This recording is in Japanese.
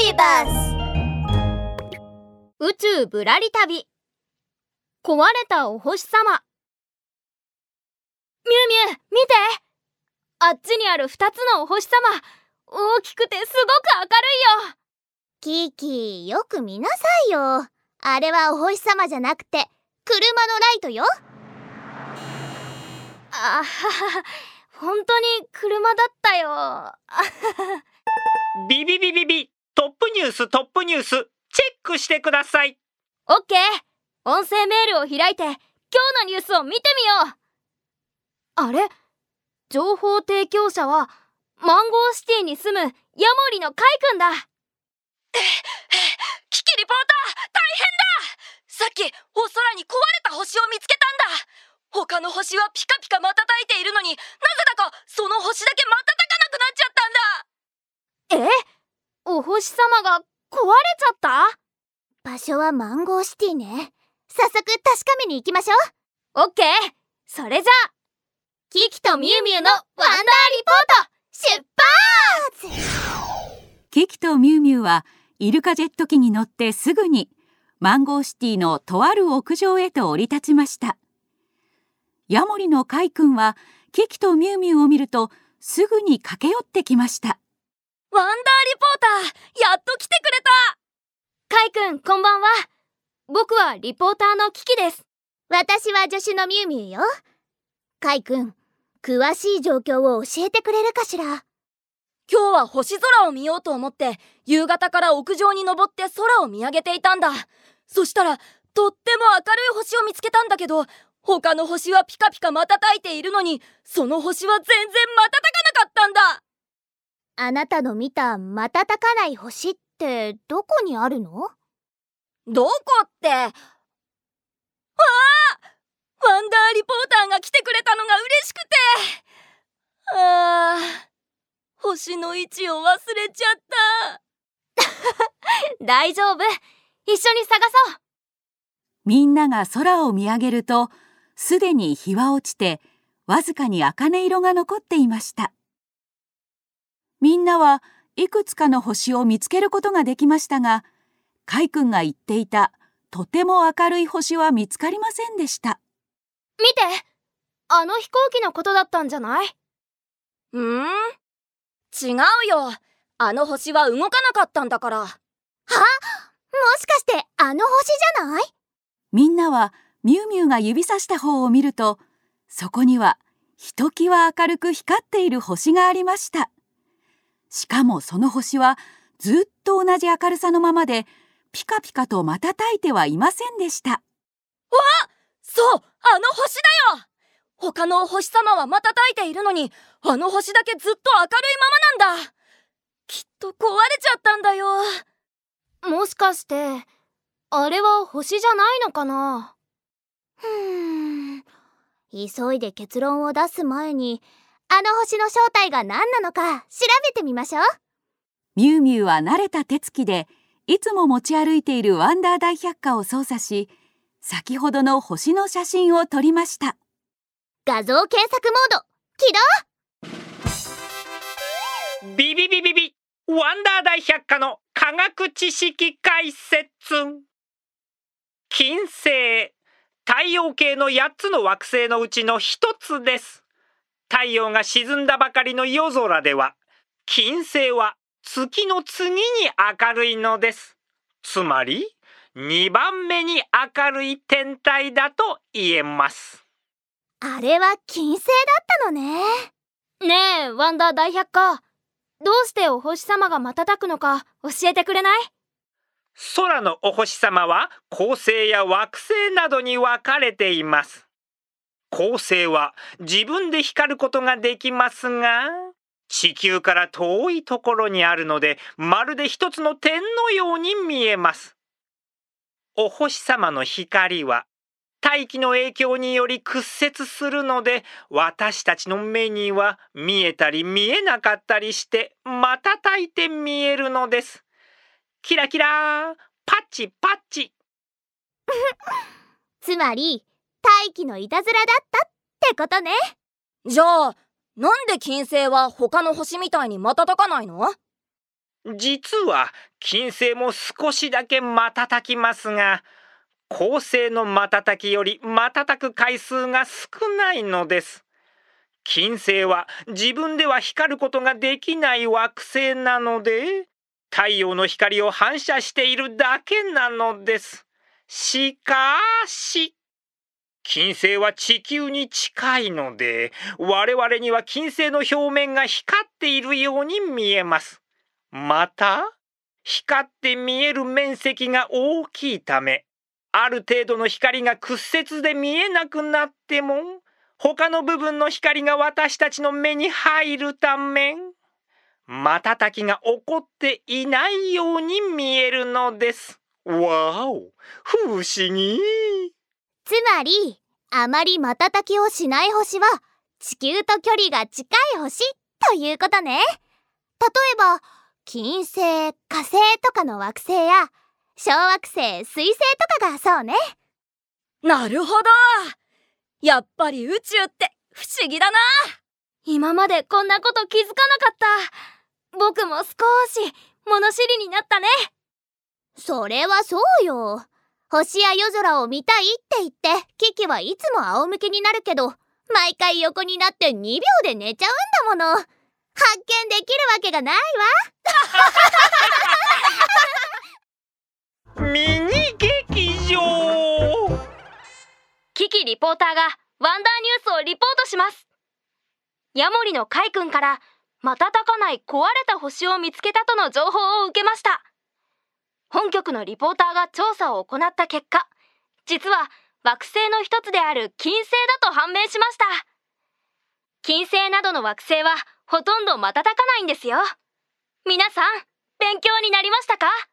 ビバス宇宙ぶらり旅。壊れたお星様。ミュウミュウ見て、あっちにある2つのお星様、大きくてすごく明るいよ。 キキ、よく見なさいよ。あれはお星様じゃなくて車のライトよ。 あはは、本当に車だったよ。 ビビビビビ、トップニューストップニュース、チェックしてください。 オッケー、音声メールを開いて今日のニュースを見てみよう。あれ、情報提供者はマンゴーシティに住むヤモリのカイくんだ。 キキリポーター、大変だ。さっきお空に壊れた星を見つけたんだ。他の星はピカピカ瞬いているのに、なぜだかその星だけ瞬かなくなっちゃったんだ。 お星様が壊れちゃった？ 場所はマンゴーシティね。早速確かめに行きましょう。オッケー、それじゃあキキとミュウミュウのワンダーリポート出発！ キキとミュウミュウはイルカジェット機に乗ってすぐにマンゴーシティのとある屋上へと降り立ちました。ヤモリのカイくんはキキとミュウミュウを見るとすぐに駆け寄ってきました。 ワンダーリポーター、やっと来てくれた。 カイくん、こんばんは。僕はリポーターのキキです。 私は助手のミュウミュウよ。カイくん、詳しい状況を教えてくれるかしら。 今日は星空を見ようと思って夕方から屋上に登って空を見上げていたんだ。そしたらとっても明るい星を見つけたんだけど、他の星はピカピカ瞬いているのに、その星は全然瞬かなかったんだ。 あなたの見た瞬かない星ってどこにあるの？ どこって、ワンダーリポーターが来てくれたのが嬉しくて、星の位置を忘れちゃった。 大丈夫、一緒に探そう。 みんなが空を見上げると、すでに日は落ちてわずかに茜色が残っていました。みんなはいくつかの星を見つけることができましたが、カイくんが言っていたとても明るい星は見つかりませんでした。 見て、あの飛行機のことだったんじゃない？ 違うよ。あの星は動かなかったんだから。 もしかしてあの星じゃない？ みんなはミュウミュウが指さした方を見ると、そこにはひときわ明るく光っている星がありました。しかもその星はずっと同じ明るさのままで、ピカピカと瞬いてはいませんでした。 そう、あの星だよ。他のお星様は瞬いているのに、あの星だけずっと明るいままなんだ。きっと壊れちゃったんだよ。 もしかしてあれは星じゃないのかな？ 急いで結論を出す前に、あの星の正体が何なのか調べてみましょう。 ミュウミュウは慣れた手つきでいつも持ち歩いているワンダー大百科を操作し、先ほどの星の写真を撮りました。 画像検索モード起動。ビビビビビ、ワンダー大百科の科学知識解説。金星、太陽系の8つの惑星のうちの1つです。太陽が沈んだばかりの夜空では、金星は月の次に明るいのです。つまり2番目に明るい天体だと言えます。 あれは金星だったのね。 ねえ、ワンダー大百科、どうしてお星様が瞬くのか教えてくれない？ 空のお星様は恒星や惑星などに分かれています。恒星は自分で光ることができますが、地球から遠いところにあるので、まるで一つの点のように見えます。お星様の光は大気の影響により屈折するので、私たちの目には見えたり見えなかったりして瞬いて見えるのです。キラキラ、パチパチ。 つまり大気のいたずらだったってことね。 じゃあなんで金星は他の星みたいに瞬かないの？ 実は金星も少しだけ瞬きますが、恒星の瞬きより瞬く回数が少ないのです。金星は自分では光ることができない惑星なので、太陽の光を反射しているだけなのです。しかし、金星は地球に近いので、我々には金星の表面が光っているように見えます。また、光って見える面積が大きいため、ある程度の光が屈折で見えなくなっても、他の部分の光が私たちの目に入るため、瞬きが起こっていないように見えるのです。わお、不思議。 つまり、あまり瞬きをしない星は地球と距離が近い星ということね。例えば、金星、火星とかの惑星や小惑星、水星とかがそうね。 なるほど。やっぱり宇宙って不思議だな。 今までこんなこと気づかなかった。僕も少し物知りになったね。 それはそうよ。星や夜空を見たいって言ってキキはいつも仰向けになるけど、毎回横になって2秒で寝ちゃうんだもの。発見できるわけがないわ。ミニ劇場。 キキリポーターがワンダーニュースをリポートします。ヤモリのカイくんから瞬かない壊れた星を見つけたとの情報を受けました。本局のリポーターが調査を行った結果、実は惑星の一つである金星だと判明しました。金星などの惑星はほとんど瞬かないんですよ。皆さん、勉強になりましたか？